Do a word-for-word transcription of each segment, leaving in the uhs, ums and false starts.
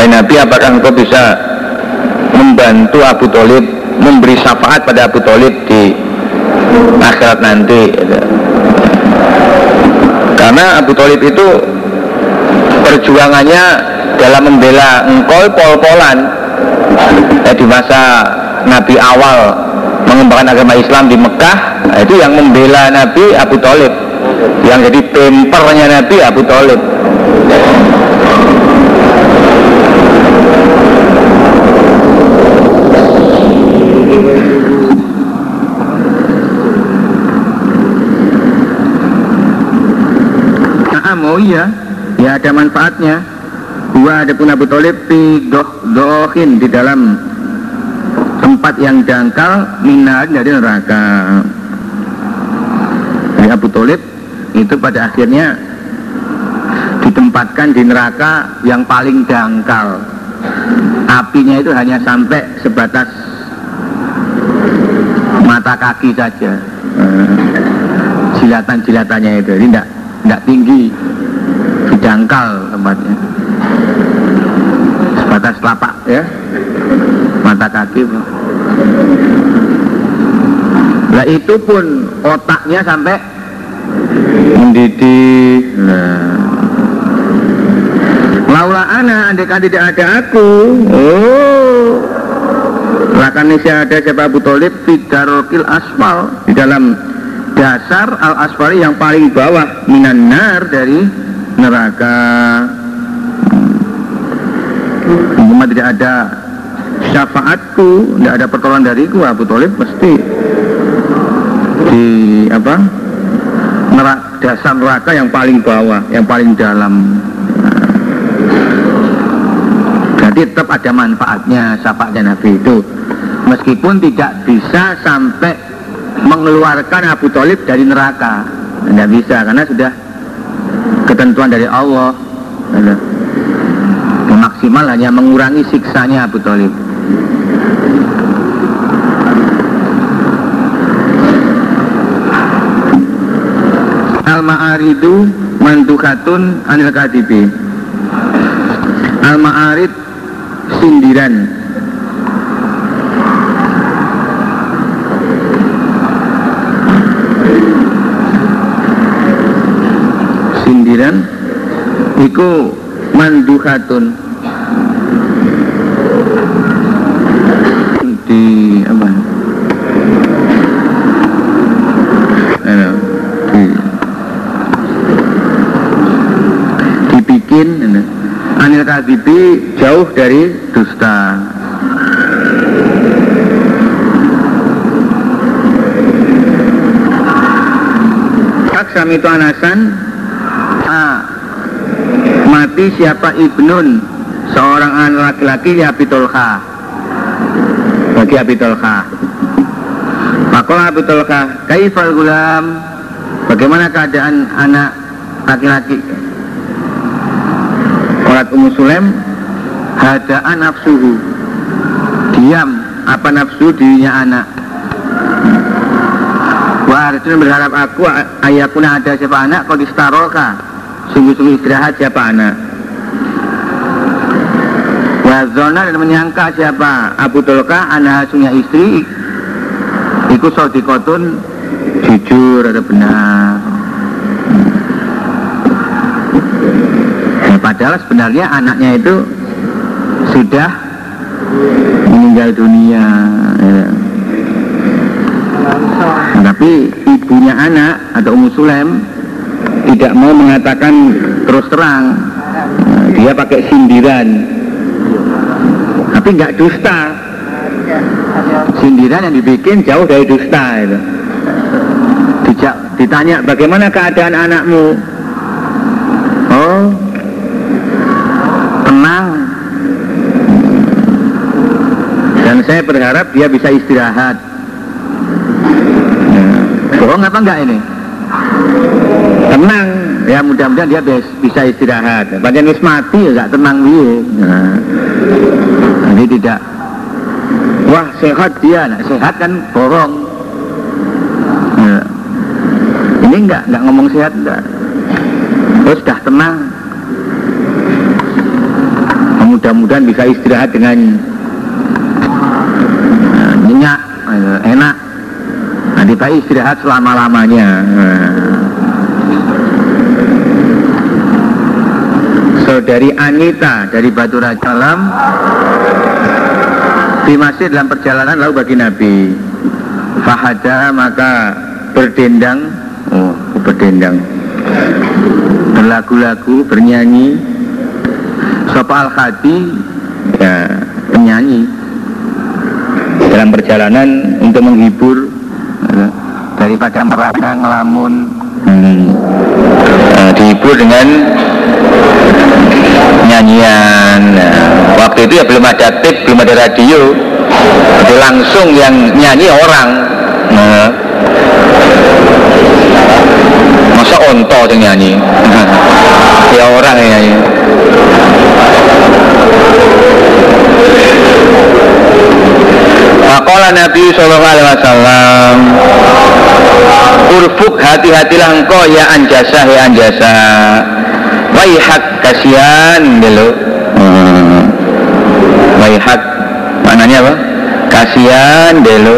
Wahai Nabi, apakah engkau bisa membantu Abu Thalib, memberi syafaat pada Abu Thalib di akhirat nanti? Karena Abu Thalib itu perjuangannya dalam membela engkau pol-polan eh, di masa Nabi awal mengembangkan agama Islam di Mekah. Nah, itu yang membela Nabi Abu Thalib, yang jadi pempernya Nabi Abu Thalib. Oh iya, ya ada manfaatnya. Gua ada pun Abu Thalib fi dohin, di dalam tempat yang dangkal minar, dari neraka. Jadi Abu Thalib itu pada akhirnya ditempatkan di neraka yang paling dangkal. Apinya itu hanya sampai sebatas mata kaki saja, jilatan-jilatannya itu, jadi tidak tidak tinggi, dangkal tempatnya, sebatas telapak ya, mata kaki. Nah itu pun otaknya sampai mendidih. Nah, laula ana, andaikan tidak ada aku, oh, lakan nisya ada siapa Abu Thalib fidarokil asfal, di dalam dasar al asfali yang paling bawah, minan nar, dari neraka. Cuma tidak ada syafaatku, tidak ada pertolongan dariku, Abu Thalib pasti di apa, neraka, dasar neraka yang paling bawah, yang paling dalam. Jadi tetap ada manfaatnya syafaatnya Nabi itu, meskipun tidak bisa sampai mengeluarkan Abu Thalib dari neraka, tidak bisa, karena sudah ketentuan dari Allah. Maksimal hanya mengurangi siksanya Abu Thalib. Al-Ma'aridu mandukatun anil kadibi. Al-Ma'arid sindiran. Sindiran iku mandukatun, di apa? Ano, di, dibikin ano, anil kadibi, jauh dari dusta. Aksam itu anasan. A, mati siapa ibnun, seorang anak laki-laki ya Abi Thalha, bagi Abi Thalha. Maka Abi Thalha, kaifal gulam, bagaimana keadaan anak laki-laki? Qalat Ummu Sulaim, hadaan nafsuhu, diam apa nafsu dirinya anak. Wah, itu berharap aku ayakuna ada siapa anak kau distaroka, sungguh-sungguh istirahat siapa anak. Wazona, dan menyangka siapa Abu Thalha anak asuhnya istri iku sodikotun, jujur atau benar. Nah, padahal sebenarnya anaknya itu sudah meninggal dunia ya. Nah, tapi ibunya anak atau Ummu Sulaim tidak mau mengatakan terus terang. Nah, dia pakai sindiran, tapi nggak dusta. Sindiran yang dibikin jauh dari dusta itu. Dijak, ditanya bagaimana keadaan anakmu? Oh, tenang, dan saya berharap dia bisa istirahat. Bohong apa enggak ini? Tenang, ya mudah-mudahan dia bisa istirahat. Bagian wis mati ya enggak tenang dia. Nah, jadi tidak, wah sehat dia, nah, sehat kan bohong. Nah, ini enggak, enggak ngomong sehat enggak. Terus sudah tenang. mudah-mudahan bisa istirahat dengan uh, nyenyak, uh, enak. Nanti baik istirahat selama-lamanya. uh. Saudari Anita dari Batu Rajalam di masjid dalam perjalanan lalu bagi Nabi fahada maka berdendang, oh berdendang, berlagu-lagu, bernyanyi. Sopa al-khadi, ya penyanyi dalam perjalanan untuk menghibur ya, daripada merasa ngelamun. hmm. Nah, dihibur dengan nyanyian. Nah, waktu itu ya belum ada tape, belum ada radio, jadi langsung yang nyanyi orang. Nah, masa onto yang nyanyi? Ya orang yang nyanyi. Faqala Nabi sallallahu alaihi wasallam, urfuk, hati-hatilah engkau ya anjasa, ya anjasa. Waihak, kasihan dulu. hmm. Waihak maknanya apa? Kasihan dulu.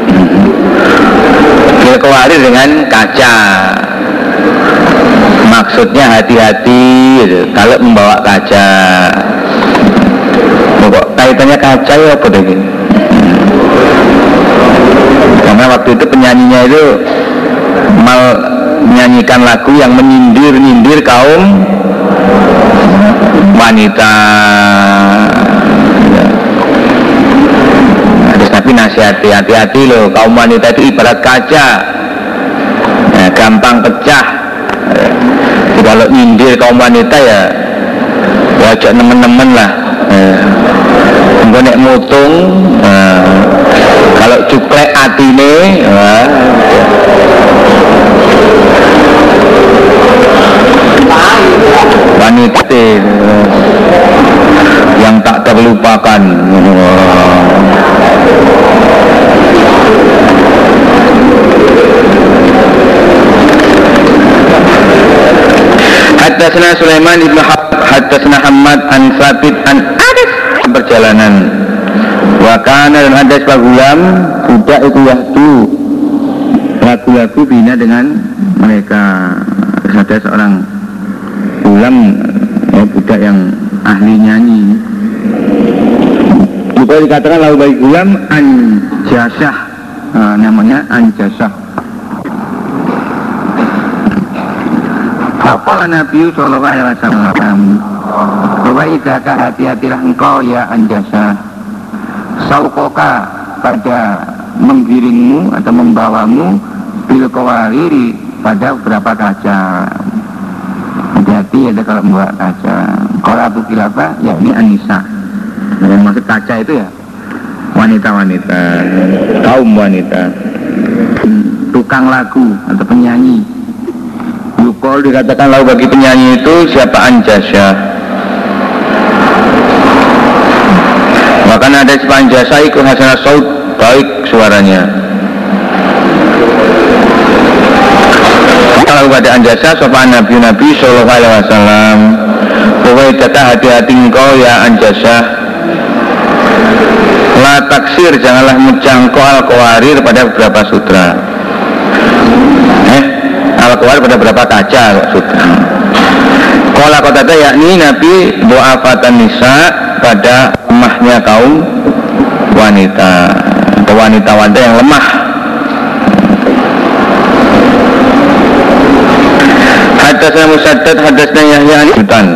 Bil kawarir dengan kaca, maksudnya hati-hati gitu, kalau membawa kaca. Kok kaitannya kaca ya apa deh? Karena waktu itu penyanyinya itu mal menyanyikan lagu yang menyindir-nyindir kaum wanita. Terus Nabi nasihati, hati-hati loh, kaum wanita itu ibarat kaca, ya, gampang pecah. Jadi kalau nyindir kaum wanita ya wajah nemen-nemen lah. Engko nek mutung, nah, kalau cuklek atine, nah, wanita yang tak terlupakan. Haddatsana Sulaiman ibn Harb, haddatsana Hammad an Sabit an Anas perjalanan. Wa kana dan ada sebagulam budak itu yahdu lagu-lagu bina dengan mereka. Ada seorang ulam ya, budak yang ahli nyanyi. Juga dikatakan lalu bagi ulam anjasah, nah, namanya anjasah. Apa Nabi sallallahu alaihi wasallam, bahwa idaka hati-hatilah engkau ya anjasah, saukoka pada menggiringmu atau membawamu bil kawariri pada beberapa kaca. Hati-hati ada kalau membawa kaca. Kalau Abu Kilabah ya ini Anisa. Yang maksud kaca itu ya wanita-wanita, kaum wanita, tukang lagu atau penyanyi. Yukol dikatakan lalu bagi penyanyi itu siapa? Anjasya. Bahkan ada sepanjasa ikut hasanah saud, baik suaranya. Kalau pada anjasa sopan Nabi Nabi sallallahu alaihi wasallam, bahwa kata hati-hati engkau ya anjasa, la taksir, janganlah menjangkau al-qawarir pada beberapa sutra. Eh, al-qawarir pada beberapa kaca sutra. Qala qatata yakni Nabi du'afatan nisa, pada lemahnya kaum wanita atau wanita-wanita yang lemah. Hadasna Musaddad, hadasna Yahya an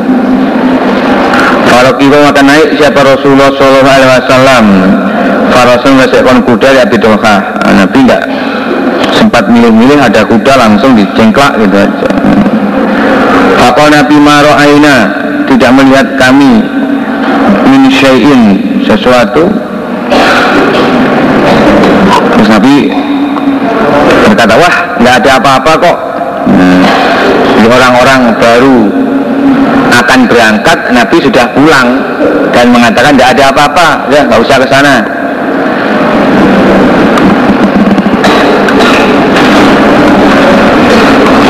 Farokiwa maka naik siapa Rasulullah sallallahu alaihi wasallam. Farasul ngesekon kuda ya bidolha. Nabi enggak sempat milih-milih, ada kuda langsung dicengklak gitu aja. Fakol Nabi maro aina, tidak melihat kami min syai'in, sesuatu. Terus Nabi berkata, wah nggak ada apa-apa kok. Nah, orang-orang baru akan berangkat, Nabi sudah pulang dan mengatakan tidak ada apa-apa, ya nggak usah ke sana.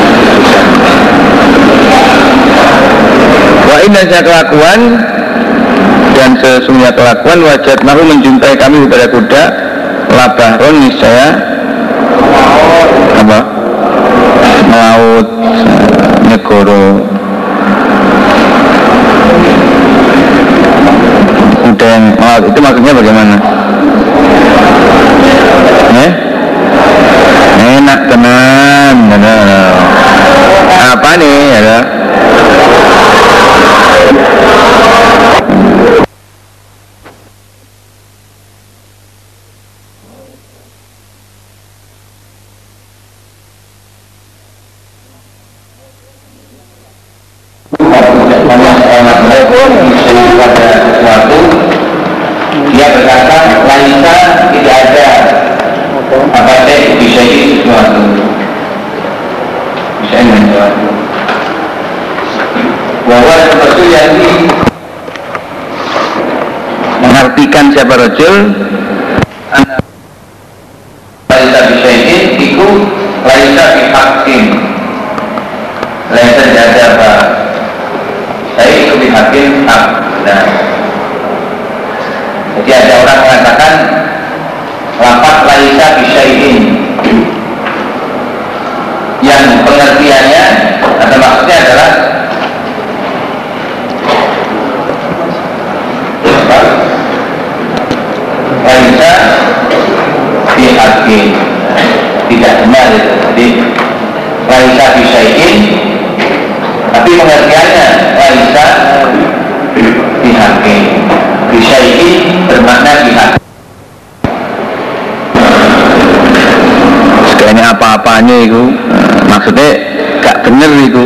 Wa inna kelakuan dan sesungguhnya kelakuan wajat mahu menjumpai kami kepada kuda labahron niscaya apa melaut negoro kuda yang melaut itu maksudnya bagaimana? Eh? Enak teman, ada apa nih ada? Dia berkata laisa tidak ada apa sih bisa ini sesuatu bisa ini sesuatu bahwa seperti yang ini mengartikan siapa rojul laisa bisa ini itu laisa bihakin laisa tidak ada apa saya itu bihakin hak. Nah, jadi ada orang mengatakan lafaz laisa bisyai'in yang pengertiannya atau maksudnya adalah laisa bihaqqin tidak benar itu. Jadi laisa bisyai'in tapi pengertiannya laisa bihaqqin bisyai'in bermakna bihaq. Sekalian apa-apanya itu maksudnya gak bener itu.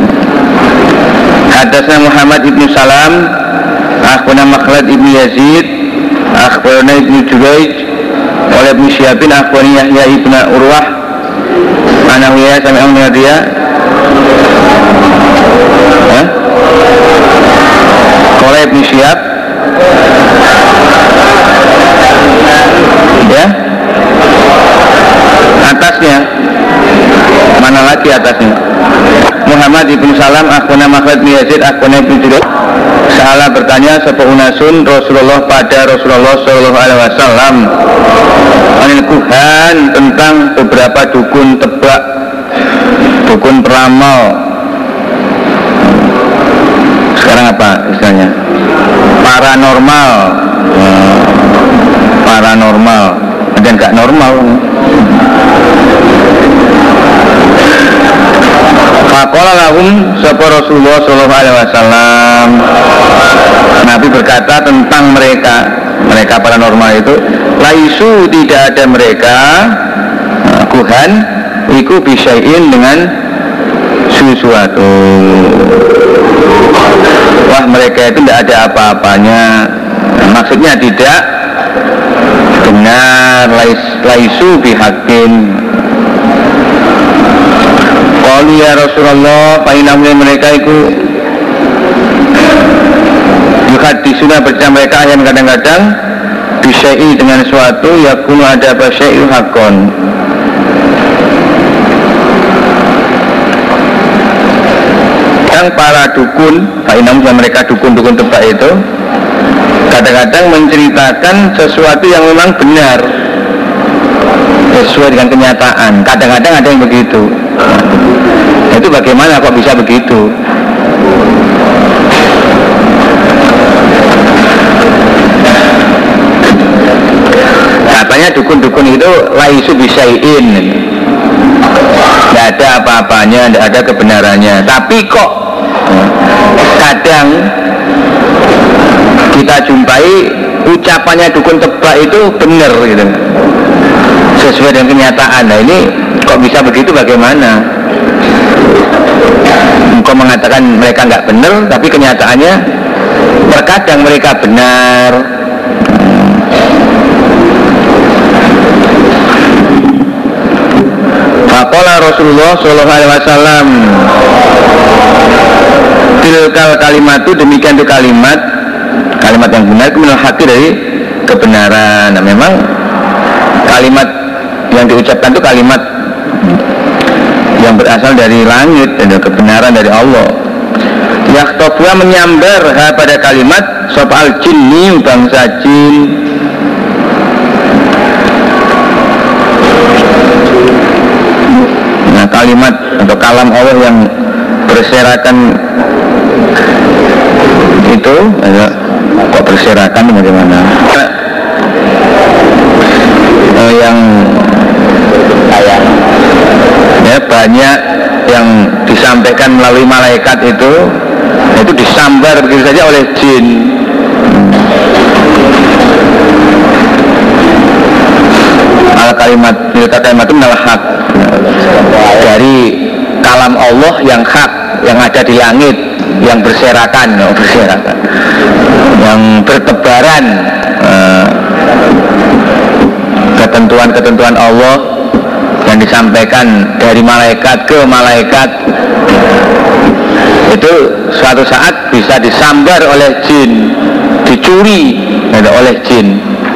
Hadasna Muhammad ibnu Salam akhbarana Makhlad ibnu Yazid akhbarana ibnu Jurayj oleh ibnu Syihab akhbarani Yahya ibnu Urwah anahu ya sami'a min dia oleh ibnu Syihab ya atasnya mana lagi atasnya Muhammad ibn Salam akhbarana Makhlad bin Yazid akhbarana ibnu Jurayj salah bertanya sapa unasun Rasulullah pada Rasulullah sallallahu alaihi wasallam anil kuhan tentang beberapa dukun tebak dukun peramal sekarang apa istilahnya paranormal paranormal dan gak normal. Faqala lahum sapa Rasulullah sallallahu alaihi wasallam Nabi berkata tentang mereka mereka paranormal itu laisu tidak ada mereka kuhan iku bisyai'in dengan sesuatu. Wah mereka itu tidak ada apa-apanya. Maksudnya tidak benar lais, laisu bihaqqin. Qalu ya Rasulullah fa inna mereka itu yuhadisuna bercerita mereka yang kadang-kadang bisyai dengan suatu yakunu ada apa syai'u haqqon. Yang para dukun fa inna mereka dukun-dukun tebak itu kadang-kadang menceritakan sesuatu yang memang benar sesuai dengan kenyataan. Kadang-kadang ada yang begitu. Itu bagaimana kok bisa begitu? Katanya dukun-dukun itu laisu bisyai'in, tidak ada apa-apanya, tidak ada kebenarannya. Tapi kok kadang kita jumpai ucapannya dukun tebak itu benar gitu, sesuai dengan kenyataan. Nah ini kok bisa begitu bagaimana? Engkau mengatakan mereka nggak benar, tapi kenyataannya terkadang mereka benar. Faqala Rasulullah Shallallahu Alaihi Wasallam tilkal kalimat itu demikian itu kalimat kalimat yang benar kemudian hati dari kebenaran. Nah memang kalimat yang diucapkan itu kalimat yang berasal dari langit dan kebenaran dari Allah. Yakhtobuha menyambar ha pada kalimat sopal jinni bangsa jin. Nah kalimat atau kalam Allah yang berserakan itu ya, kok berserakan bagaimana? Eh, yang ayat ya banyak yang disampaikan melalui malaikat itu itu disambar begitu saja oleh jin. Al kalimat itu kalimat itu adalah hak dari kalam Allah yang hak yang ada di langit yang berserakan, oh, berserakan yang bertebaran eh, ketentuan-ketentuan Allah yang disampaikan dari malaikat ke malaikat itu suatu saat bisa disambar oleh jin, dicuri oleh jin.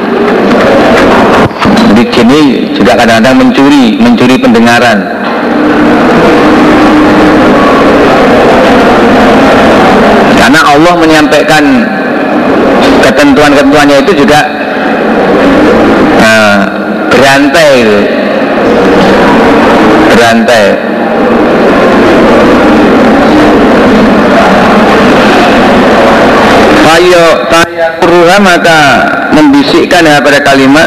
Jadi jin ini juga kadang-kadang mencuri, mencuri pendengaran. Karena Allah menyampaikan ketentuan-ketentuannya itu juga uh, berantai itu. Berantai. Fayo tayakuruha maka membisikkan ya pada kalimat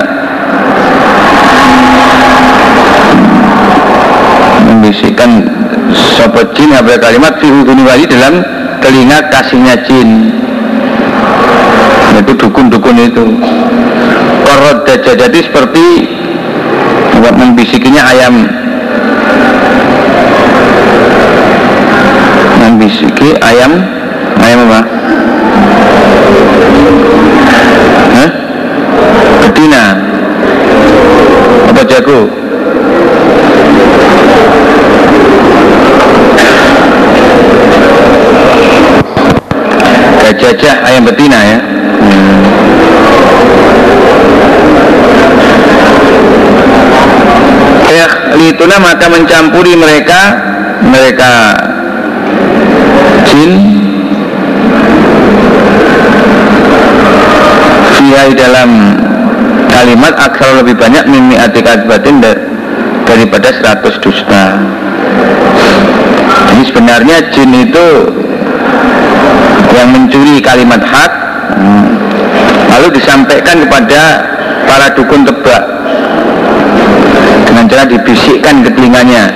membisikkan sobat jin ya pada kalimat fi huduni wali dalam telinga kasihnya jin, itu dukun-dukun itu korod dajjal. Jadi seperti buat membisikinya ayam, membisiki ayam ayam apa? Hah? Betina apa jago? Gajah ayam betina ya. Hmm. Ya, lituna maka mencampuri mereka mereka jin fiha dalam kalimat aksar lebih banyak mimi atikat batin daripada seratus dusta. Jadi sebenarnya jin itu yang mencuri kalimat hak lalu disampaikan kepada para dukun tebak dengan cara dibisikkan ke telinganya.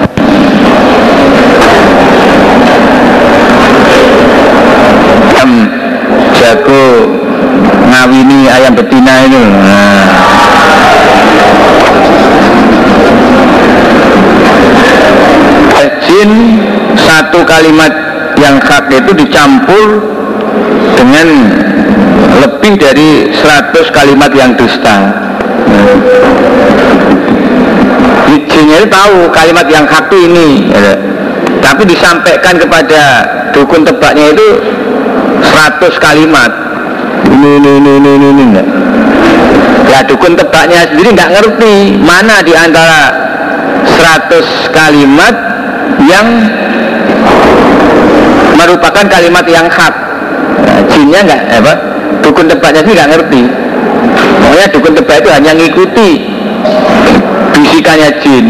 Ayam jago ngawini ayam betina itu. Nah. Jin satu kalimat yang hak itu dicampur dengan lebih dari seratus kalimat yang dusta. Jinnya itu tahu kalimat yang hak itu ini ya. Tapi disampaikan kepada dukun tebaknya itu seratus kalimat ini ini ini ini ini, ini. Ya dukun tebaknya sendiri nggak ngerti mana di antara seratus kalimat yang merupakan kalimat yang hak. Nah, jinnya nggak apa dukun tebaknya sih nggak ngerti. Pokoknya dukun tebak itu hanya ngikuti bisikannya jin.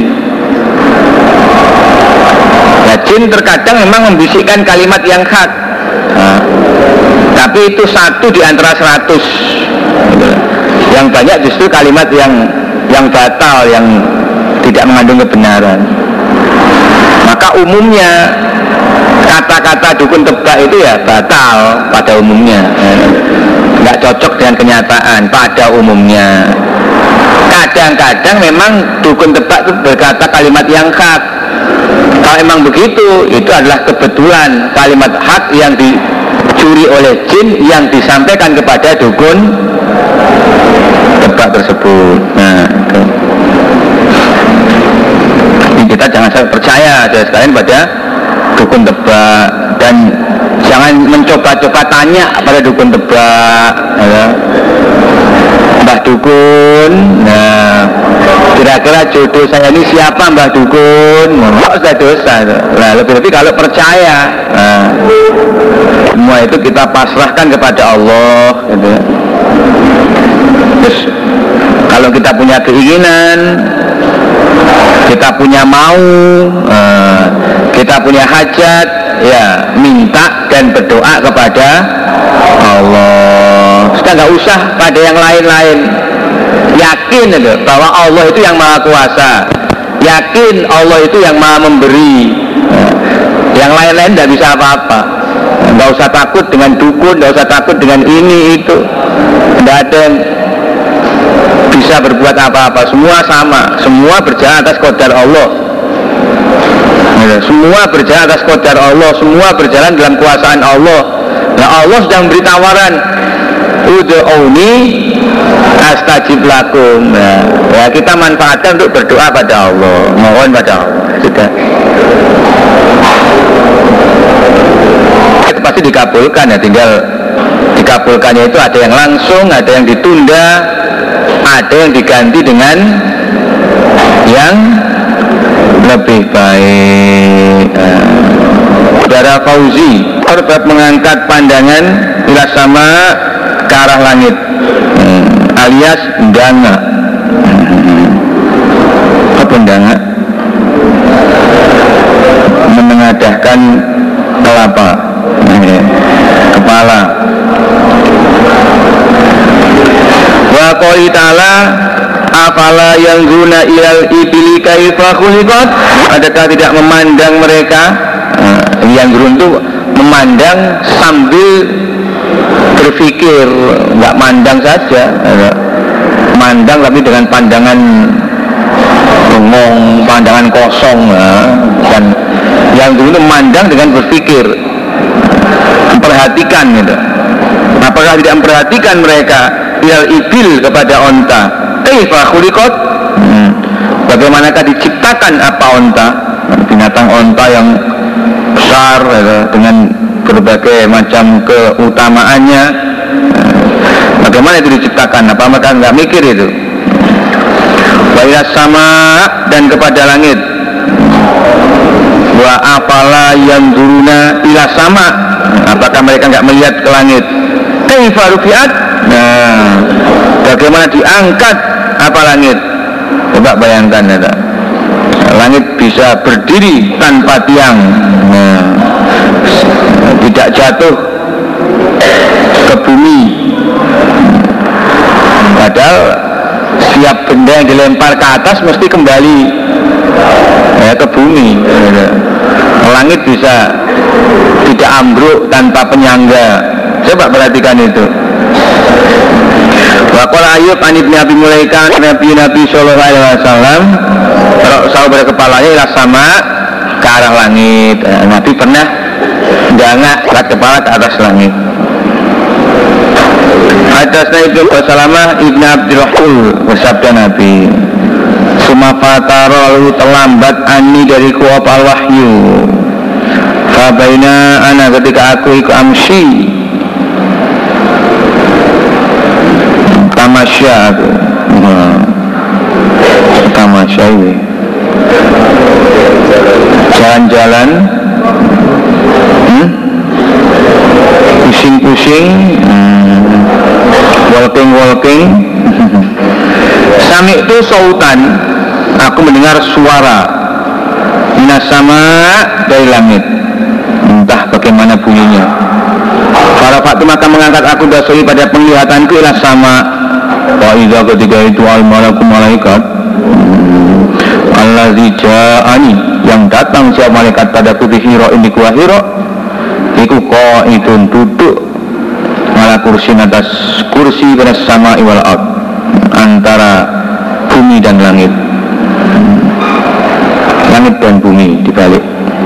Nah, jin terkadang memang membisikkan kalimat yang hak. Nah, tapi itu satu di antara seratus. Yang banyak justru kalimat yang yang batal, yang tidak mengandung kebenaran. Maka umumnya kata-kata dukun tebak itu ya batal pada umumnya, nggak cocok dengan kenyataan pada umumnya. Kadang-kadang memang dukun tebak itu berkata kalimat yang hak. Kalau memang begitu, itu adalah kebetulan kalimat hak yang dicuri oleh jin yang disampaikan kepada dukun tebak tersebut. Nah, itu. Ini kita jangan sampai percaya saudara sekalian pada dukun tebak, dan jangan mencoba-coba tanya tanya pada dukun tebak, ya. Mbah Dukun, nah kira-kira jodoh saya ini siapa Mbah Dukun? Mau saya dosa. Nah, lebih-lebih kalau percaya, nah, semua itu kita pasrahkan kepada Allah, gitu. Terus kalau kita punya keinginan, kita punya mau, uh, kita punya hajat, ya minta dan berdoa kepada Allah. Sudah nggak usah pada yang lain-lain. Yakin itu bahwa Allah itu yang maha kuasa. Yakin Allah itu yang maha memberi. Uh, yang lain-lain nggak bisa apa-apa. Nggak usah takut dengan dukun, nggak usah takut dengan ini itu. Nggak ada yang bisa berbuat apa-apa, semua sama, semua berjalan atas qadar Allah. Semua berjalan atas qadar Allah, semua berjalan dalam kuasaan Allah. Nah, Allah sudah memberi tawaran, ud'uni astajib lakum. Nah, ya kita manfaatkan untuk berdoa pada Allah, mohon pada Allah. Sudah. Itu pasti dikabulkan ya, tinggal dikabulkannya itu ada yang langsung, ada yang ditunda, ada yang diganti dengan yang lebih baik. Saudara Fauzi Orbat mengangkat pandangan ila sama ke arah langit, hmm, alias ndanga. hmm. Apa ndanga? Menengadahkan kelapa, hmm, kepala. Wa qali ta'ala afala yanzuna ilal ibili kaifa khuliqat. Adakah tidak memandang mereka? Nah, yang beruntung memandang sambil berpikir, nggak mandang saja, mandang tapi dengan pandangan bengong, pandangan kosong, nah. Dan yang beruntung memandang dengan berpikir, memperhatikan gitu. Apakah tidak memperhatikan mereka ilal ibil kepada onta? Kaifa khuliqat? Hmm. Bagaimanakah diciptakan apa onta? Binatang onta yang besar ya, dengan berbagai macam keutamaannya. Bagaimana itu diciptakan? Apa mereka nggak mikir itu? Wa ila sama, dan kepada langit. Wa afala yanzuruna ila sama. Apakah mereka nggak melihat ke langit? Kaifa rufiat? Nah, bagaimana diangkat apa langit? Coba bayangkan ya, langit bisa berdiri tanpa tiang, nah, tidak jatuh ke bumi. Padahal setiap benda yang dilempar ke atas mesti kembali ya, ke bumi. Langit bisa tidak ambruk tanpa penyangga. Coba perhatikan itu. Waqala Ayub an ibni Abi Mulaika Nabi Nabi sallallahu alaihi wasallam, sahabat kepalanya ila sama, ke arah langit. Nabi pernah dangak kepala ke atas langit. Hadasna Ibnu Salamah Ibnu Abdurrahul, bersabda Nabi, Sumafata lalu terlambat ani dari kuapal wahyu. Fabaina ana ketika aku iku amsi tamasya aku, hmm. tamasya ini jalan-jalan, hmm? pusing-pusing, hmm. walking-walking. Sami itu sautan, aku mendengar suara minas sama dari langit, entah bagaimana bunyinya. Para faktu maka mengangkat aku dasoi pada penglihatanku ilah sama. Wa idza ketika itu al malaku malaikat allazi ja'ani, yang datang siapa malaikat padaku di Hira ini gua Hira, iku qaidun duduk ala kursi atas kursi pada sama wal ard, antara bumi dan langit, langit dan bumi dibalik.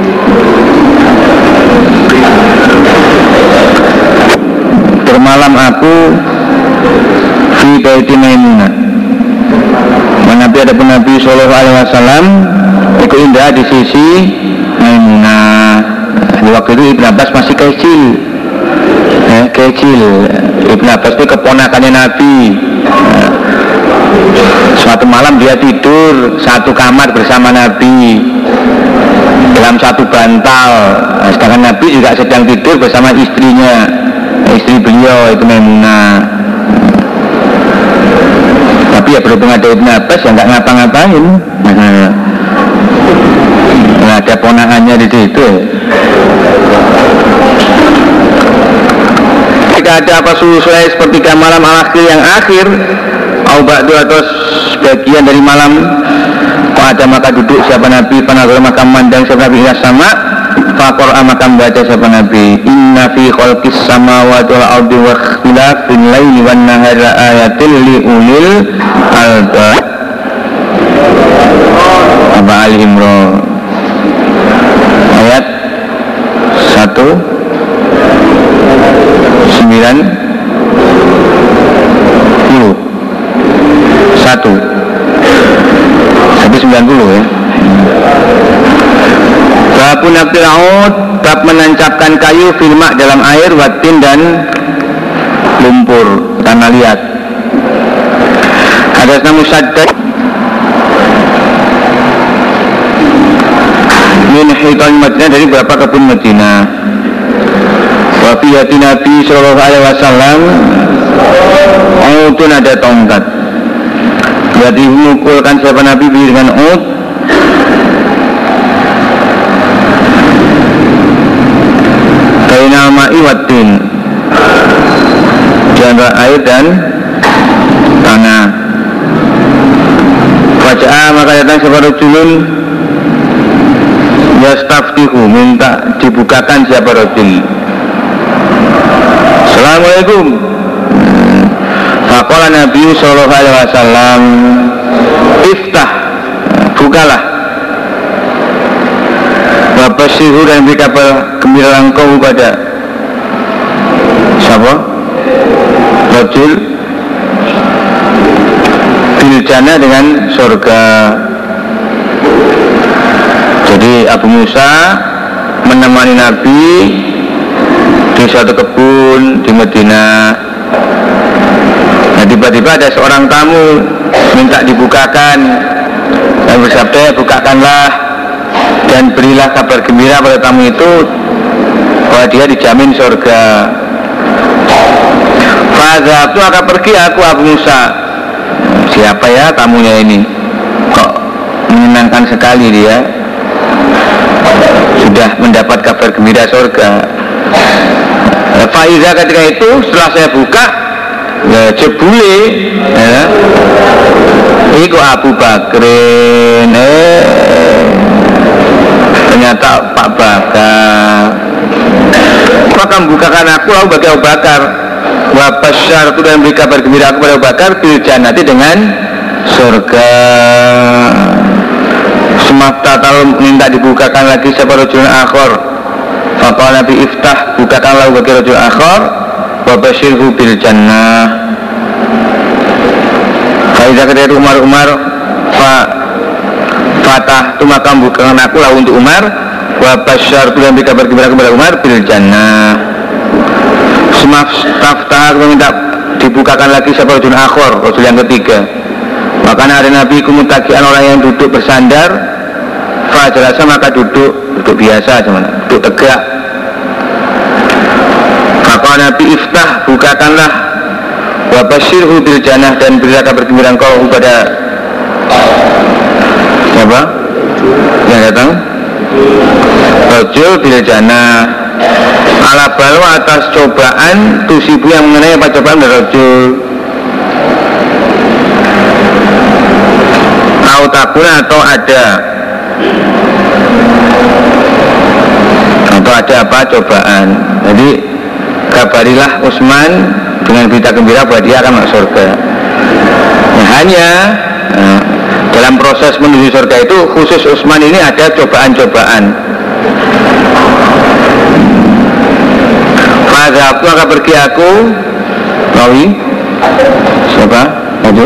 Bermalam aku fi baiti Maimunah, Nabi ada pun Nabi sallallahu alaihi wasallam itu indah di sisi Maimunah. Di waktu itu Ibn Abbas masih kecil, eh, kecil. Ibnu Abbas itu keponakannya Nabi. Nah, suatu malam dia tidur satu kamar bersama Nabi dalam satu bantal. Nah, sedangkan Nabi juga sedang tidur bersama istrinya, istri beliau itu Maimunah. Tapi ya berhubung ada Ibnu Abbas ya nggak ngapa-ngapain. Nah, ada ponakannya di situ. Jika ada apa sulai sepertiga malam akhir yang akhir, Aubadu atau sebagian dari malam, kalau ada maka duduk siapa Nabi, panagor maka mandang siapa Nabi ila sama, fakor maka membaca siapa Nabi. Inna fi khalqis samawati wal ardi wa ikhtilafil laili wan nahari ayatil li ulil albab. Aba Ali Imran ayat satu sembilan puluh satu sampai sembilan puluh ya. Babun aktil aud, bab menancapkan kayu filmak dalam air, watin dan lumpur tanah liat. Hadasna Musaddad min hitan Madinah, dari beberapa kebun Madinah. Wa fi yati Nabi sallallahu alaihi wasallam audun, ada tongkat. Jadi memukulkan siapa Nabi dengan ud, bainal ma'i watin, di antara air dan tanah. Wajah maka datang siapa rajulun yastaftihu, minta dibukakan siapa rajul. Assalamualaikum. Faqala Nabi sallallahu alaihi wasallam, iftah, bukalah. Wa basyirhu, dan beri kabar gembira engkau pada siapa? Rajul bil jannah, dengan surga. Jadi Abu Musa menemani Nabi di suatu kebun di Madinah. Nah, tiba-tiba ada seorang tamu minta dibukakan dan bersabda, bukakanlah dan berilah kabar gembira pada tamu itu bahwa dia dijamin surga. Fadhab, itu akan pergi aku Abu Musa. Siapa ya tamunya ini? Kok menyenangkan sekali dia, sudah mendapat kabar gembira surga. Faiza, ketika itu setelah saya buka, ya jebule ya, iku Abu Bakrin, eh ternyata Pak Bakar. Maka membukakan aku lalu bagi Abu Bakar. Wa basyar, itu dan beri kabar gembira aku pada Abu Bakar bil jannati, dengan surga. Semata tahu minta dibukakan lagi siapa rajul akhir. Faqala Nabi iftah, bukakan lalu bagi rajul akhir, wa basyirhu bil jannah. Faiza, ketika Umar Umar fa fatah, itu maka bukakan aku lalu untuk Umar, wa basyar, itu dan beri kabar gembira kepada Umar bil jannah. Semata minta dibukakan lagi siapa rajul akhir, rajul yang ketiga. Maka ada Nabi kumutakian, orang yang duduk bersandar, fajalasa, maka duduk duduk biasa, cuman duduk tegak. Maka Nabi iftah, bukakanlah, wa basyirhu bil jannah, dan berilah kabar gembira engkau kepada siapa yang datang? Rajul bil jannah. Ala balwa, atas cobaan tusibu yang mengenai apa cobaan dari rajul. Autakuna, atau ada atau ada apa cobaan. Jadi kabarilah Utsman dengan berita gembira bahwa dia akan masuk surga. Nah, hanya nah, dalam proses menuju surga itu khusus Utsman ini ada cobaan-cobaan. Fadha, aku akan pergi aku Rawi siapa? Tadi?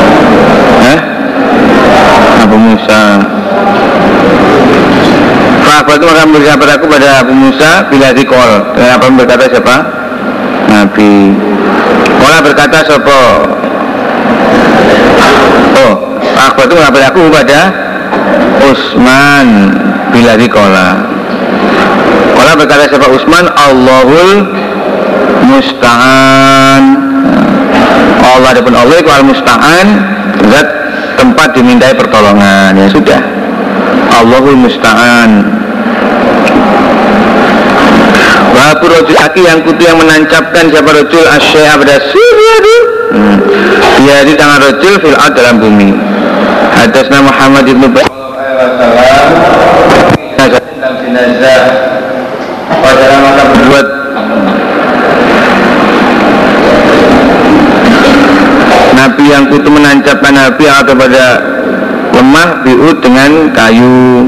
Hah? Abu Musa. Sahabat itu maka memberi kabar aku pada Abu Musa bila dikol. Dan apa berkata siapa? Nabi. Kola berkata siapa? Oh, sahabat itu mengabari aku pada Utsman bila dikola. Kola berkata siapa Utsman? Allahul Musta'an. Allah adapun Allah itu al-Musta'an, zat tempat dimintai pertolongan. Ya sudah, Allahul Musta'an. Wahapur rojul aki yang kutu yang menancapkan siapa rojul asyai'a pada siriyadu hmm. dia di tangan rojul fil'ad dalam bumi. Hadasna Muhammad ibn Bashar dalam jenazah pada maka berbuat Nabi yang kutu menancapkan Nabi atau pada lemah biud dengan kayu.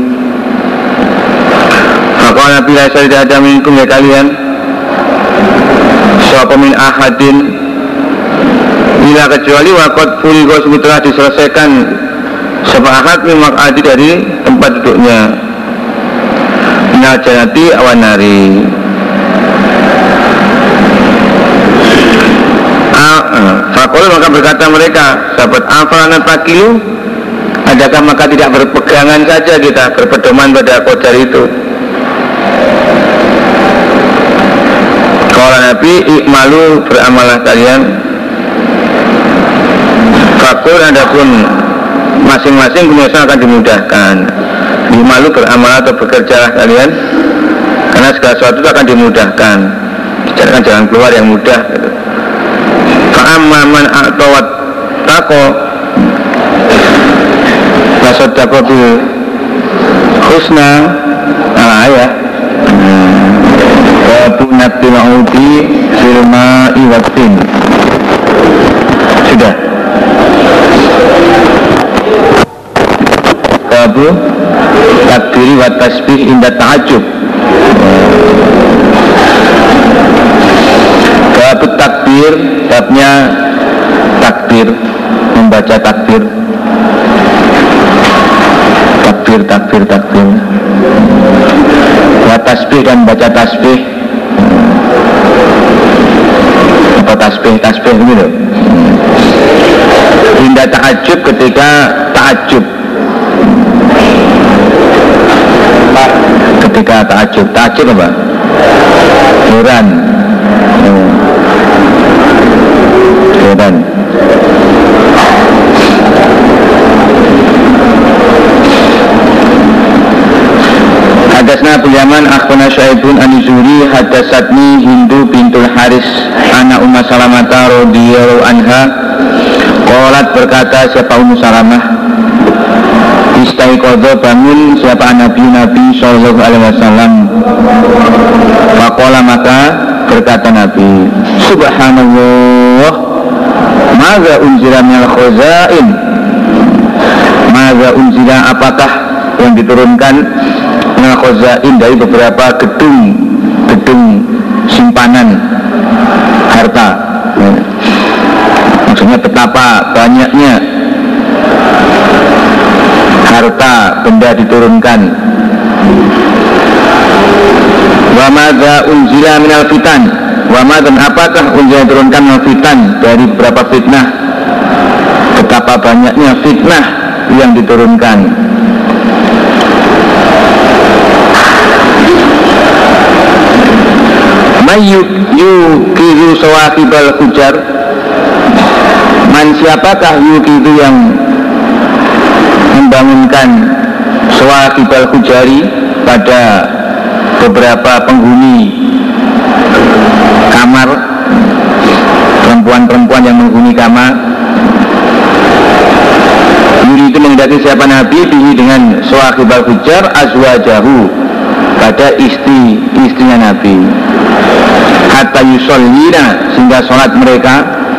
Maka Nabi rasa tidak ada minkum ya kalian siapa min ahadin bila kecuali wakot furigo telah diselesaikan siapa ahad min mak'adi dari tempat duduknya minal janati awan nari. Fakul maka berkata mereka sahabat afalanat pakilu, adakah maka tidak berpegangan saja kita berpedoman pada qadar itu. Kalau Nabi ikmalu beramalah kalian. Fakul adapun masing-masing kemudian akan dimudahkan. Ikmalu beramal atau bekerjalah kalian, karena segala sesuatu itu akan dimudahkan. Dicarikan jalan keluar yang mudah gitu. Fa'amma man a'tawat tako wasodako bil husna ala ya wabunat dima'udi firma iwatin. Sudah wabu takbiri wa tasbih inda ta'ajub. Wabu takbir, babnya takbir, membaca takbir, takbir, takbir, takbir. Wa tasbih dan baca tasbih. Apa tasbih, tasbih gitu. Indah ta'ajub ketika ta'ajub. Ketika ta'ajub, ta'ajub apa? Heran. Heran. Hadasna Abu Yaman akhbana Syaibun an-Zuri hadasatni Hindu bintul Haris anak Ummu Salamah radhiyallahu anha qalat berkata siapa Ummu Salamah istaiqadha bangun siapa Nabi-Nabi sallallahu alaihi wasallam. Faqala maka berkata Nabi subhanallah maza unzila minal khazain, maza unzila apakah yang diturunkan minal khazain dari beberapa gedung gedung simpanan harta ya. Maksudnya betapa banyaknya harta benda diturunkan. Wa madza unzila minal fitan, wa ma dan apakah unzila diturunkan minal fitan dari beberapa fitnah, betapa banyaknya fitnah yang diturunkan. Mayyuk yukiru sawakibal hujar, man siapakah yukiru yang membangunkan sawakibal hujari pada beberapa penghuni kamar, perempuan-perempuan yang menghuni kamar. Yuri itu menghendaki siapa Nabi bihi dengan sawakibal hujar azwajahu pada istri istrinya Nabi hatta yusallina sehingga sholat mereka.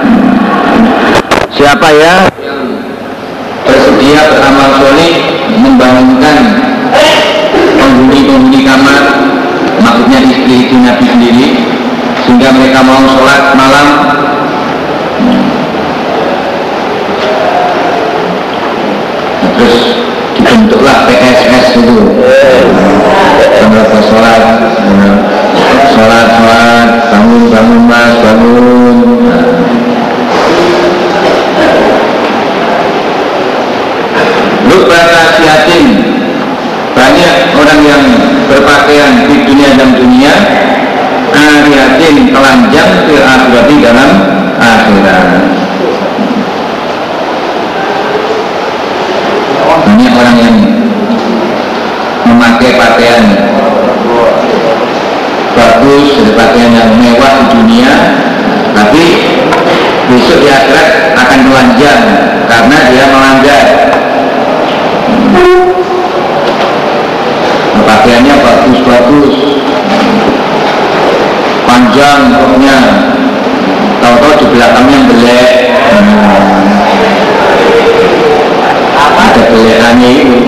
Siapa ya bersedia beramal soleh membangunkan penghuni-penghuni kamar, maksudnya istri-istri Nabi sendiri, sehingga mereka mau sholat malam. Terus dibentuklah P S S itu, sholat, sholat, sholat, bangun, bangun mas, bangun. Lu berkasihatin, banyak orang yang berpakaian di dunia dan dunia, ariatin telanjang fil akhirati dalam akhirat. Banyak orang yang memakai pakaian bagus, pakaian yang mewah di dunia, tapi besok di akhirat akan telanjang karena dia melanggar. Pakaiannya bagus-bagus, panjang roknya, tahu-tahu di belakangnya belek, ada belekannya itu,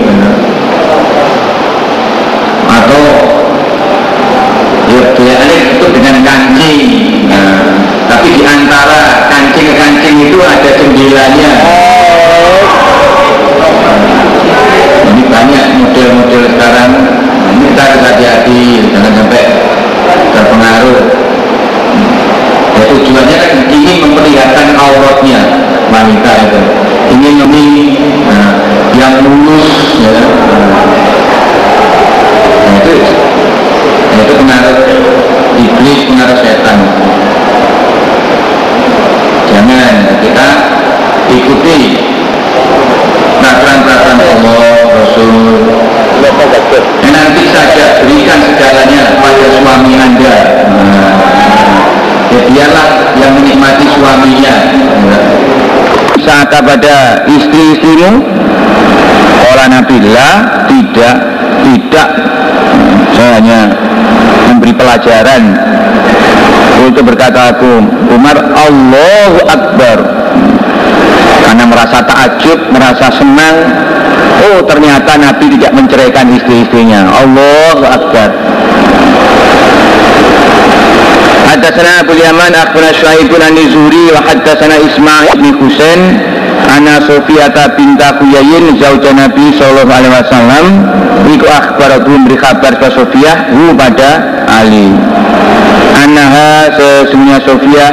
atau ya belekannya itu dengan kancing, nah, tapi di antara kancing ke kancing itu ada jendelanya. Ini banyak model-model sekarang. Ini kita harus hati-hati, jangan sampai terpengaruh. Ya, tujuannya kan ingin memperlihatkan auratnya wanita itu, ingin lebih nah, yang lulus, ya. Nah, itu, nah, itu pengaruh iblis, pengaruh setan. Jangan kita ikuti peraturan-peraturan Allah, Rasul. Nanti saja berikan segalanya pada suami Anda. Nah, ya biarlah yang menikmati suaminya. Saat pada istri-istrimu, orang Nabilah tidak tidak saya hanya memberi pelajaran. Untuk berkata aku Umar, Allahu Akbar, karena merasa takjub, merasa senang. Oh, ternyata Nabi tidak menceraikan istri-istrinya. Allahu Akbar. Haddatsana Abu Yaman akhbarana Syuaibun an-Nizuri wa haddatsana Ismail bin Husain ana Sofiyata binta Huyayin zauja Nabi sallallahu alaihi wasallam iku akhbaratu memberi kabar ke Sofiyah hu pada Ali. Anaha sesungguhnya Sofiyah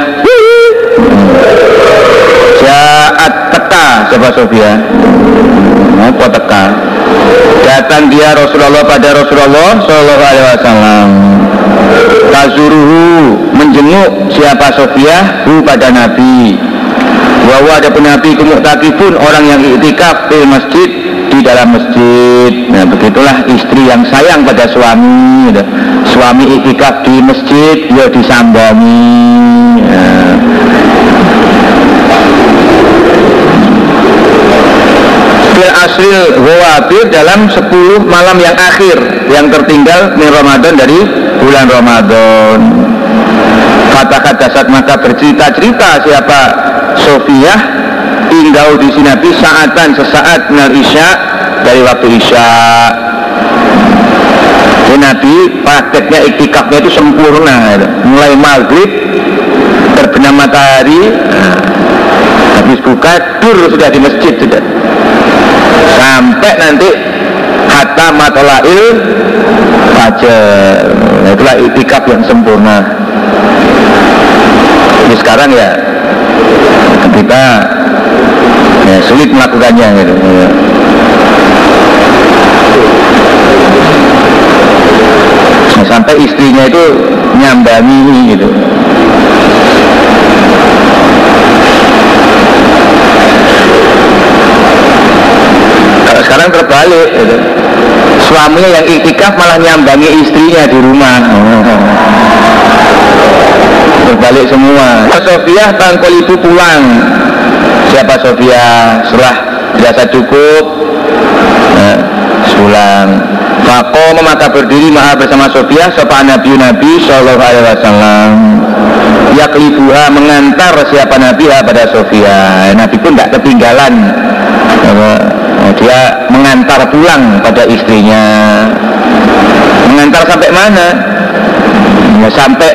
Jaat teka siapa Sofia? Apa teka? Datang dia Rasulullah pada Rasulullah Sallallahu Alaihi Wasallam. Tazuruhu menjenguk siapa Sofia? Hu pada Nabi. Bahwa ada pun Nabi kumuktakifun orang yang iktikaf di masjid di dalam masjid. Nah begitulah istri yang sayang pada suami. Suami iktikaf di masjid, dia disambangi. Nah. Fil asril ghawabir dalam sepuluh malam yang akhir yang tertinggal min Ramadan dari bulan Ramadan. Kata-kata saat maka bercerita-cerita siapa Sofiyah tinggal di sini Nabi saatan sesaat minal isya dari waktu isya. Jadi Nabi prakteknya iktikafnya itu sempurna, mulai maghrib terbenam matahari, nah, habis buka dur sudah di masjid sudah. Sampai nanti hatta matolail fajar. Nah, itulah iktikaf yang sempurna. Jadi sekarang ya kita ya, sulit melakukannya gitu. Ya. Nah, sampai istrinya itu nyambangi gitu. Sekarang terbalik gitu. Suaminya yang iktikaf malah nyambangi istrinya di rumah. Terbalik semua. Sofiyah tangkol ibu pulang. Siapa Sofiyah? Setelah dirasa cukup nah, pulang. Fako maka berdiri maha bersama Sofiyah sopan Nabi Nabi Sallallahu Alaihi Wasallam. Yaklibuha mengantar siapa Nabi pada Sofiyah. Nabi pun tidak ketinggalan. Dia mengantar pulang pada istrinya. Mengantar sampai mana? Ya, sampai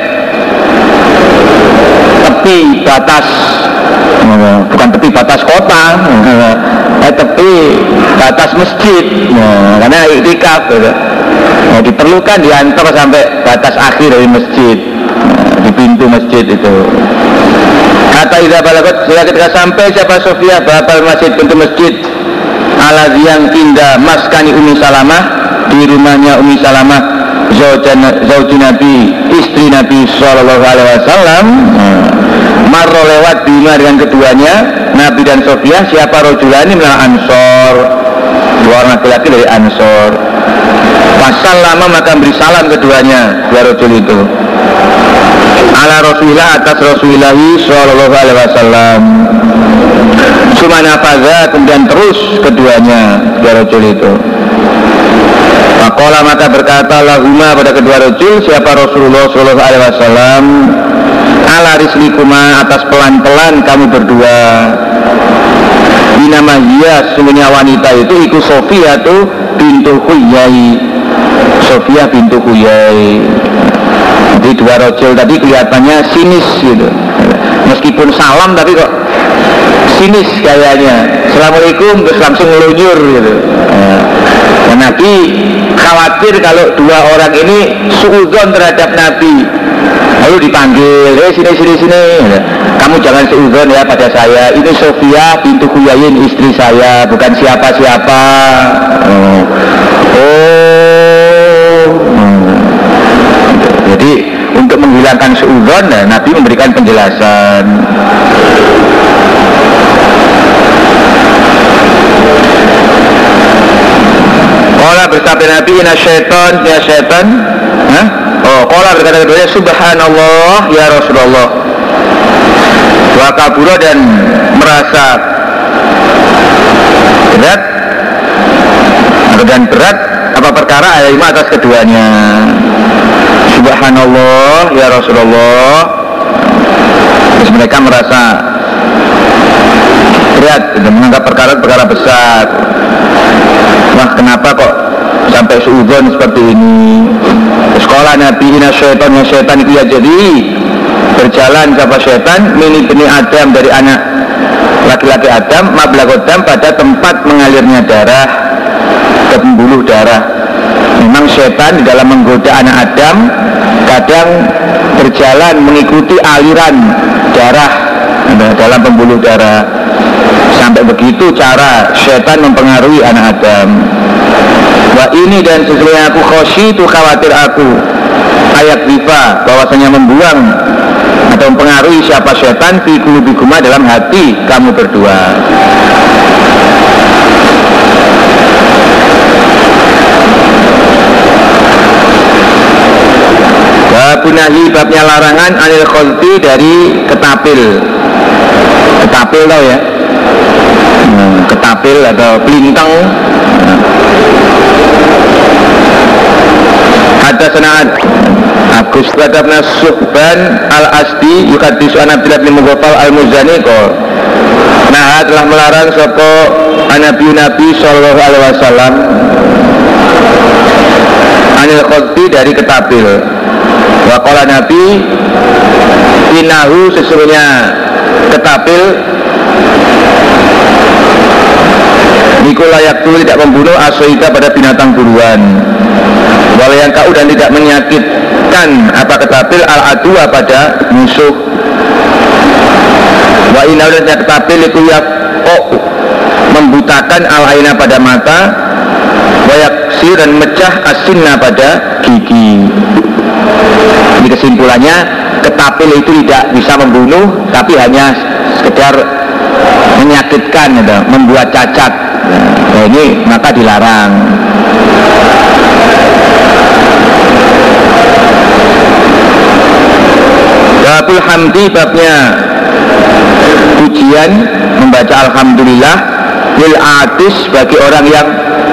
tepi batas, bukan tepi batas kota, eh, tepi batas masjid. Nah, karena iktikaf. Oh, diperlukan diantar sampai batas akhir dari masjid, di pintu masjid itu. Kata idza balagot, sehingga ketika sampai siapa Sofia babal masjid, pintu masjid, ala yang indah maskani Ummi Salamah, di rumahnya Ummi Salamah, zauji Nabi, istri Nabi Shallallahu Alaihi Wasallam. Marro lewat bima dengan keduanya, Nabi dan Sofia, siapa rojulani minal Ansor, dua orang laki-laki dari Ansor. Pasal lama maka beri salam keduanya, dua rojul itu. Ala Rasulillah, atas Rasulillahi Shallallahu Alaihi Wasallam. Sumana faza, kemudian terus keduanya, dua rojul itu. Maqala maka berkata lahuma pada kedua rojul, siapa Rasulullah Shallallahu Alaihi Wasallam, ala rislikuma, atas pelan-pelan kamu berdua. Binama hiya, sesungguhnya wanita itu iku Sofia tu bintu Huyai, Sofia bintu Huyai. Jadi dua rojul tadi kelihatannya sinis gitu, meskipun salam tapi kok sinis kayaknya. Assalamualaikum terus langsung ngelunyur gitu. Dan Nabi khawatir kalau dua orang ini suudzon terhadap Nabi, lalu dipanggil, eh sini sini sini, kamu jangan suudzon ya pada saya, ini Sofia bintu Huyain, istri saya, bukan siapa-siapa. Oh, oh. Jadi untuk menghilangkan suudzon, nah, Nabi memberikan penjelasan. Qala bersabda Nabi, inna syaitan, ya syaitan, Hah? Oh, qala berkata keduanya, subhanallah ya Rasulullah, wa kabura, dan merasa berat dan berat apa perkara ayat lima atas keduanya. Subhanallah ya Rasulullah, terus mereka merasa berat dan menganggap perkara-perkara besar. Wah, kenapa kok sampai suudzon seperti ini? Sekolah Nabi, inna syaitan, ya syaitan itu ya jadi berjalan siapa syaitan mini bani Adam, dari anak laki-laki Adam, mablagotam, pada tempat mengalirnya darah, ke pembuluh darah. Memang syaitan di dalam menggoda anak Adam kadang berjalan mengikuti aliran darah dalam pembuluh darah. Sampai begitu cara syaitan mempengaruhi anak Adam. Wah, ini dan sesungguhnya aku khosyi, itu khawatir aku, ayat rifa, bahwasanya membuang atau mempengaruhi siapa syaitan fi qulubikuma, dalam hati kamu berdua. Babunahi, babnya larangan anil khulti, dari ketapil. Ketapil tau ya, hmm, ketapil atau pelintang. Ada senaat Agus Badabna Suhban Al-Asdi Yukadisu an Abdillah bin Mughafal Al-Muzani kol. Nah, telah melarang sopo Nabi Nabi Sallallahu Alaihi Wasallam anil khulti, dari ketapil. Waqala Nabi, inahu, sesungguhnya ketapil niku layak tu tidak membunuh asoika, pada binatang buruan. Walau yang kau, dan tidak menyakitkan apa ketapil al-adwa, pada musuh. Wa inna, dan ketapil itu yak oh, membutakan al-aina, pada mata, wa yaksir, dan mecah asinna, pada gigi. Jadi kesimpulannya, ketapil itu tidak bisa membunuh, tapi hanya sekedar menyakitkan, gitu, membuat cacat. Nah, ini maka dilarang. Babul hamdi, babnya pujian, membaca alhamdulillah lil atis, bagi orang yang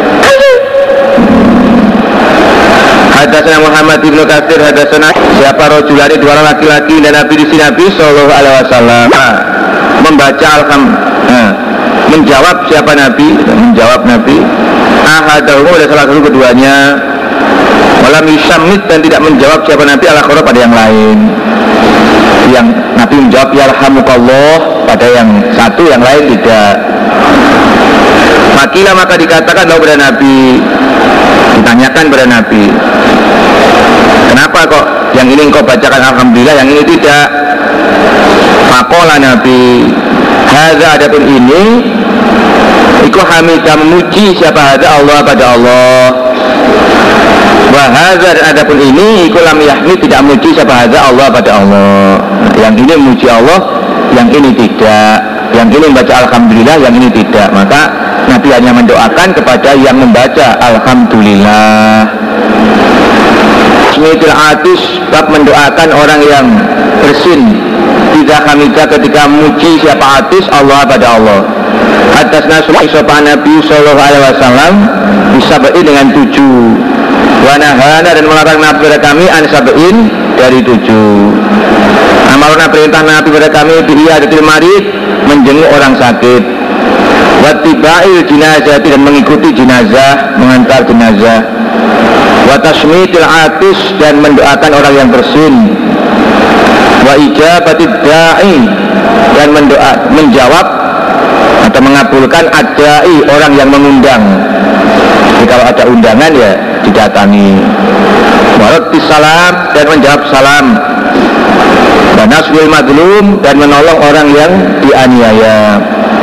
Hadatsana Muhammad ibnu Katsir, hadatsana siapa rojulani, dua orang laki-laki, dan Nabi di sini Nabi Sallallahu Alaihi Wasallam membaca alhamdulillah, nah, menjawab siapa Nabi, menjawab Nabi ahadahu, ada salah satu keduanya, walam yusammit, dan tidak menjawab siapa Nabi ala khara, pada yang lain. Yang Nabi menjawab yarhamukallah pada yang satu, yang lain tidak. Makilah, maka dikatakan lalu pada Nabi, Ditanyakan kepada Nabi, kenapa kok yang ini engkau bacakan alhamdulillah, yang ini tidak? Faqala Nabi, hadza, adapun ini iku hamidah, memuji siapa? Hadza Allah, pada Allah. Wa hadza, adapun ini iku lam yahmid, tidak memuji siapa? Hadza Allah, pada Allah. Yang ini memuji Allah, yang ini tidak. Yang ini membaca alhamdulillah, yang ini tidak. Maka Nabi hanya mendoakan kepada yang membaca alhamdulillah. Ismitul atis, bab mendoakan orang yang bersin tidak hamidah, ketika memuji siapa atis? Allah, pada Allah. Atas nasrul sopan Nabi Sallallahu Alaihi Wasallam bisa berin dengan tujuh. Wanahana, dan melarang Nabi pada kami ansabein dari tujuh. Amaluna, perintah Nabi pada kami bi'iyadatil marid, menjenguk orang sakit. Wattiba'il jinazah, dan mengikuti jenazah, mengantar jenazah. Watasmitil atis, dan mendoakan orang yang bersin. Wa ijabatid da'i, dan mendoa, menjawab atau mengabulkan adai, orang yang mengundang. Jadi kalau ada undangan ya didatangi. Waradis salam, dan menjawab salam. Dan nasrul madlum, dan menolong orang yang dianiaya.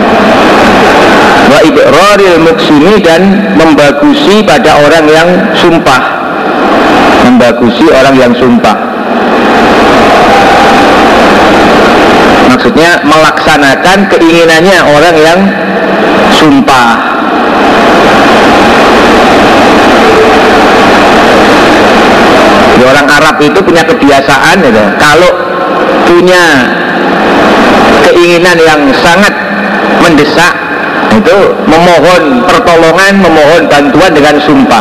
Wa ibraril muksimi, dan membagusi pada orang yang sumpah. Membagusi orang yang sumpah. Maksudnya melaksanakan keinginannya orang yang sumpah. Jadi orang Arab itu punya kebiasaan ya, kalau punya keinginan yang sangat mendesak, itu memohon pertolongan, memohon bantuan dengan sumpah.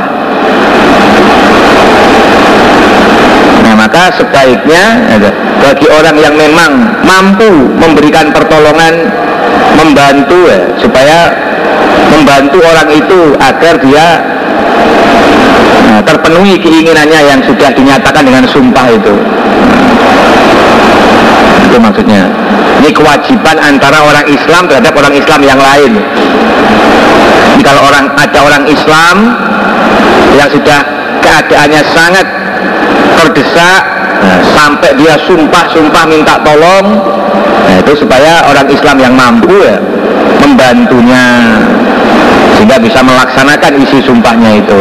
Nah, maka sebaiknya bagi orang yang memang mampu memberikan pertolongan, membantu ya, supaya membantu orang itu agar dia nah, terpenuhi keinginannya yang sudah dinyatakan dengan sumpah itu. Itu maksudnya. Ini kewajiban antara orang Islam terhadap orang Islam yang lain. Jadi kalau orang ada orang Islam yang sudah keadaannya sangat terdesak, nah, sampai dia sumpah-sumpah minta tolong, nah, itu supaya orang Islam yang mampu ya membantunya sehingga bisa melaksanakan isi sumpahnya itu.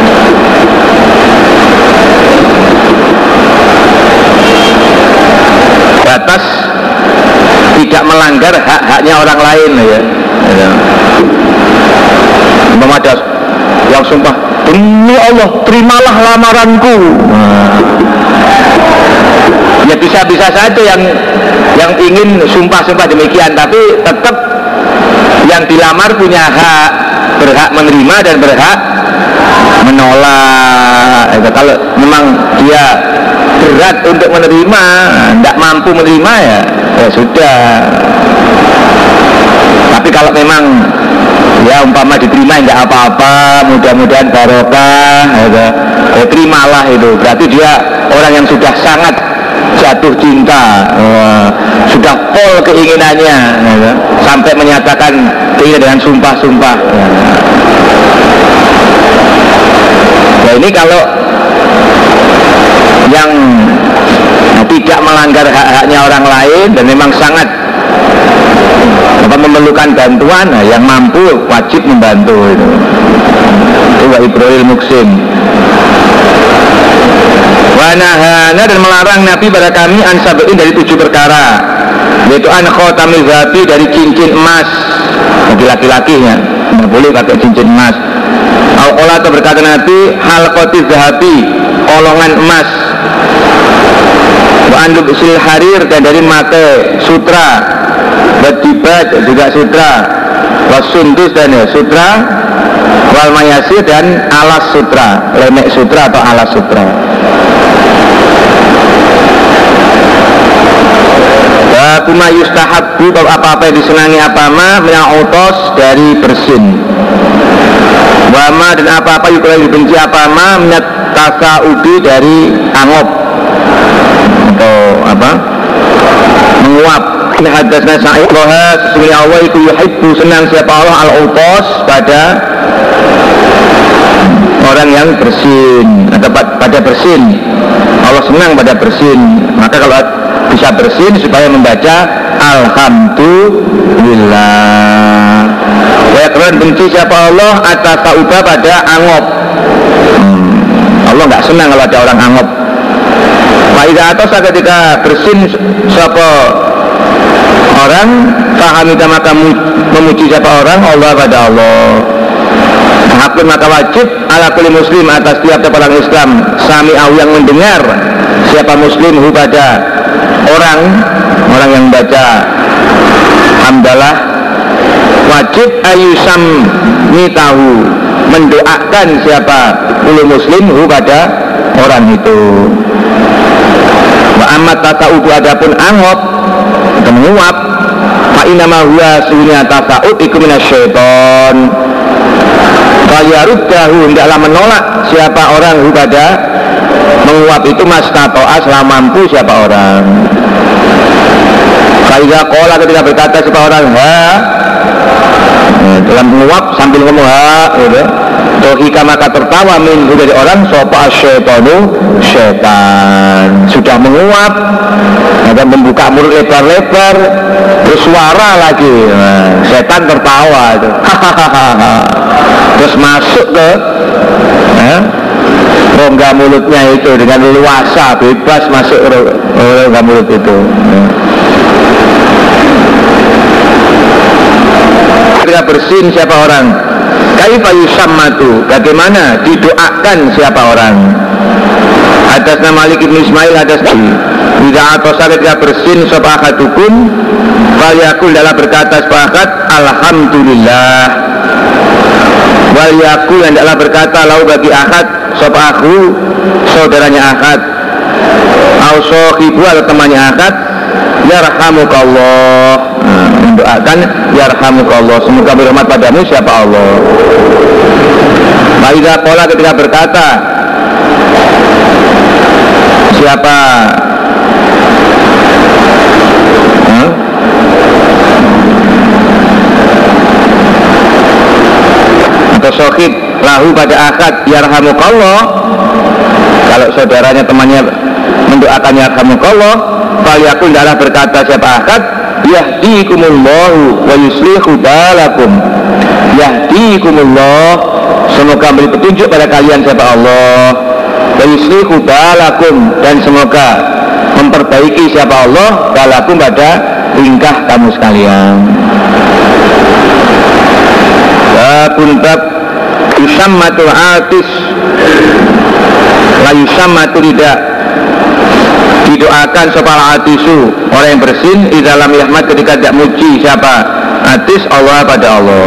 Batas tidak melanggar hak-haknya orang lain ya. Umpama ada yang sumpah, demi Allah terimalah lamaranku. Nah, ya bisa-bisa saja yang yang ingin sumpah-sumpah demikian, tapi tetap yang dilamar punya hak, berhak menerima dan berhak menolak. Ya, kalau memang dia berat untuk menerima, tidak mampu menerima ya, ya sudah. Tapi kalau memang ya umpama diterima enggak apa-apa, mudah-mudahan barokah, ya, ya terimalah itu. Berarti dia orang yang sudah sangat jatuh cinta, uh, sudah pol keinginannya, ya, sampai menyatakan keinginan dengan sumpah-sumpah. Ya. Nah, ini kalau yang tidak melanggar hak-haknya orang lain dan memang sangat apa, memerlukan bantuan, nah, yang mampu wajib membantu itu. Itu wa ibrahil muksim. Wa nahana, dan melarang Nabi pada kami an sab'in, dari tujuh perkara, yaitu an khatamiz zahabi, dari cincin emas bagi laki-lakinya, tidak boleh pakai cincin emas. Al-qala, atau berkata Nabi, halqatiz zahabi, kolongan emas. Wa andub sil harir, dan dari mate sutra, badibat juga sutra, wasundus, dan ya sutra, wal mayasir, dan alas sutra, lemek sutra atau alas sutra. Wa kuma yustahabbu, apa-apa yang disenangi apa-ma mina'utos, dari bersin. Wa ma, dan apa-apa yang dibenci apa-ma minat tasa'udi, dari angop atau apa, menguap. Hadasna Sa'id loha, sesungguhnya Allah itu yuhibbu, senang siapa Allah al-utos, pada orang yang bersin atau pada bersin. Allah senang pada bersin, maka kalau bisa bersin supaya membaca alhamdulillah. Wa yakran benci siapa Allah atas sauba pada angop. hmm. Allah nggak senang kalau ada orang angop. Faidah atas ketika bersin siapa orang fahamida maka memuji siapa orang Allah pada Allah. Hakun maka wajib ala kulli muslim atas tiap-tiap orang Islam sami'au yang mendengar siapa muslim hu pada orang orang yang baca hamdalah, wajib ayusam nitahu mendoakan siapa kulli muslim hu pada orang itu. Wa amat tasawuf adapun angop atau menguap fa inama huwa sunya tasawuf iku minasyaiton. Fayaruddahu hendaklah menolak siapa orang hu pada menguap itu mastato'a selama mampu siapa orang. Faiza qala ketika berkata siapa orang ha dalam menguap sambil ngomong ha gitu. Dohika maka tertawa min dari orang sopa syaitanu syaitan sudah menguap dan membuka mulut lebar-lebar bersuara lagi, nah, setan tertawa itu. Terus masuk ke eh, rongga mulutnya itu dengan leluasa bebas masuk ke rongga mulut itu. Ketika bersin siapa orang kaifa yusammatu bagaimana didoakan siapa orang. Atas nama Malik bin Ismail atas tidak atau ketika bersin sopahatukun falyakul dalam berkata sepakat alhamdulillah walyakul yang dalam berkata lau bagi akad sopahu saudaranya akad au sohibu atau temannya akad yarhamukallah, nah, mendoakan yarhamukallah semoga berhormat padamu siapa Allah. Maiza qala ketika berkata siapa hmm? atau sohib lahu pada akad yarhamukallah, kalau saudaranya temannya mendoakan yarhamukallah falyakul dalam berkata siapa akad yahdikumullahu wa yuslihu balakum. Yahdikumullah semoga beri petunjuk pada kalian siapa Allah, wa yuslihu balakum dan semoga memperbaiki siapa Allah balakum pada tingkah kamu sekalian. Babun bab yusammatul atis la yusammatul tidak didoakan sopal atisu orang yang bersin di dalam yahmad ketika tidak muji siapa atis Allah pada Allah.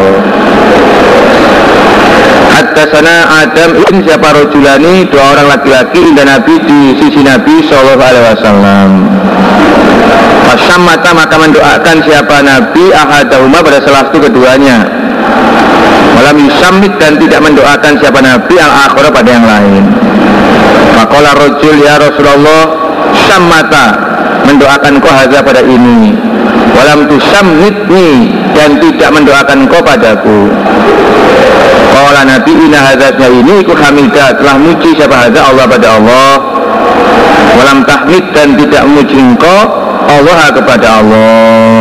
Haddatsana Adam ibn siapa rojulani dua orang laki-laki indah Nabi di sisi Nabi Sallallahu Alaihi Wasallam. Fasammata maka mendoakan siapa Nabi ahadahuma pada salah satu keduanya. Walam yusammit dan tidak mendoakan siapa Nabi al-akhirah pada yang lain. Faqala rojul ya Rasulullah sammata mendoakan kau hadza pada ini walam tusammitni dan tidak mendoakan kau padaku. Qala Nabi inna hadzanya ini iku hamidah telah muji siapa hadza Allah pada Allah walam tahmid dan tidak memuji engkau Allah kepada Allah.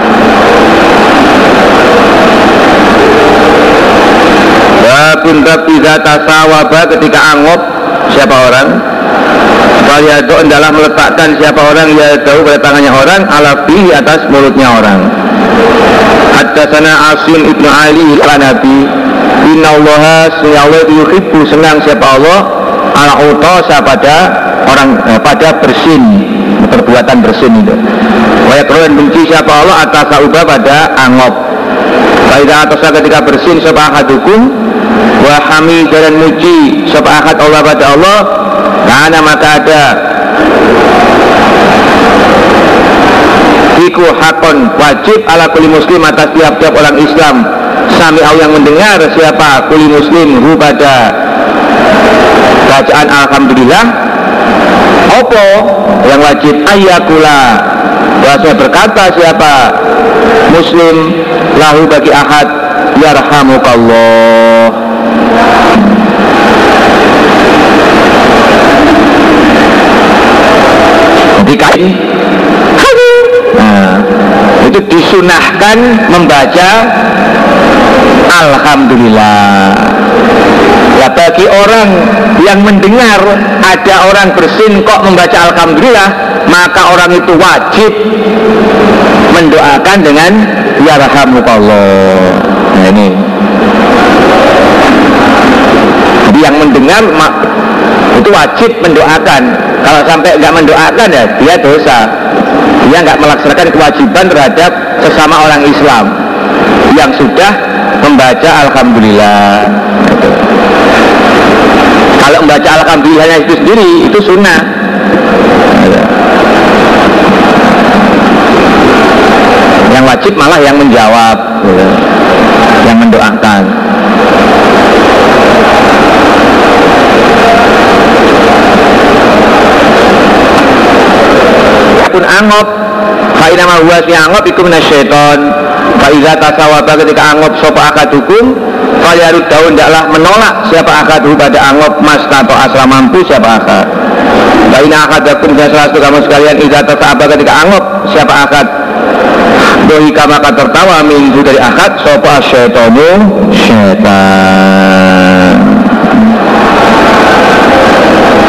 Babun bab idza tasawaba ketika angop siapa orang falyadu adalah meletakkan siapa orang ya tahu pada tangannya orang ala fihi atas mulutnya orang. Haddatsana Asim ibnu Ali ala Nabi innallaha sa'allahu yuhibbu senang siapa Allah ala utasa pada orang eh, pada bersin perbuatan bersin itu. Wa yakron benci siapa Allah atas sauba pada angop. Faidah atas ketika bersin sapa ahadukum wa hamid dan muji sapa ahad Allah pada Allah karena maka ada iku hakon wajib ala kulli muslim atas tiap-tiap orang Islam sami'au yang mendengar siapa kulli muslim hu pada bacaan alhamdulillah opo yang wajib ayyakula bahasa berkata siapa muslim lahu bagi ahad yarhamukallah dikain. Nah, itu disunahkan membaca alhamdulillah. Ya, bagi orang yang mendengar ada orang bersin kok membaca alhamdulillah, maka orang itu wajib mendoakan dengan yarhamukallah. Nah ini, jadi yang mendengar itu wajib mendoakan. Kalau sampai nggak mendoakan ya dia dosa, dia nggak melaksanakan kewajiban terhadap sesama orang Islam yang sudah membaca alhamdulillah. Kalau membaca alhamdulillahnya itu sendiri itu sunnah. Yang wajib malah yang menjawab, yang mendoakan. Pun angop, faina ma huwa fi angop iku minasyaiton. Fa iza tasawaba ketika angop sapa akadukum, falyarud daun ndaklah menolak siapa akaduh pada angop mas atau asal mampu siapa akad. Faina akadakum salah satu kamu sekalian iza tasawaba ketika angop siapa akad. Dohi maka tertawa minggu dari akad sapa syaitanu syaitan.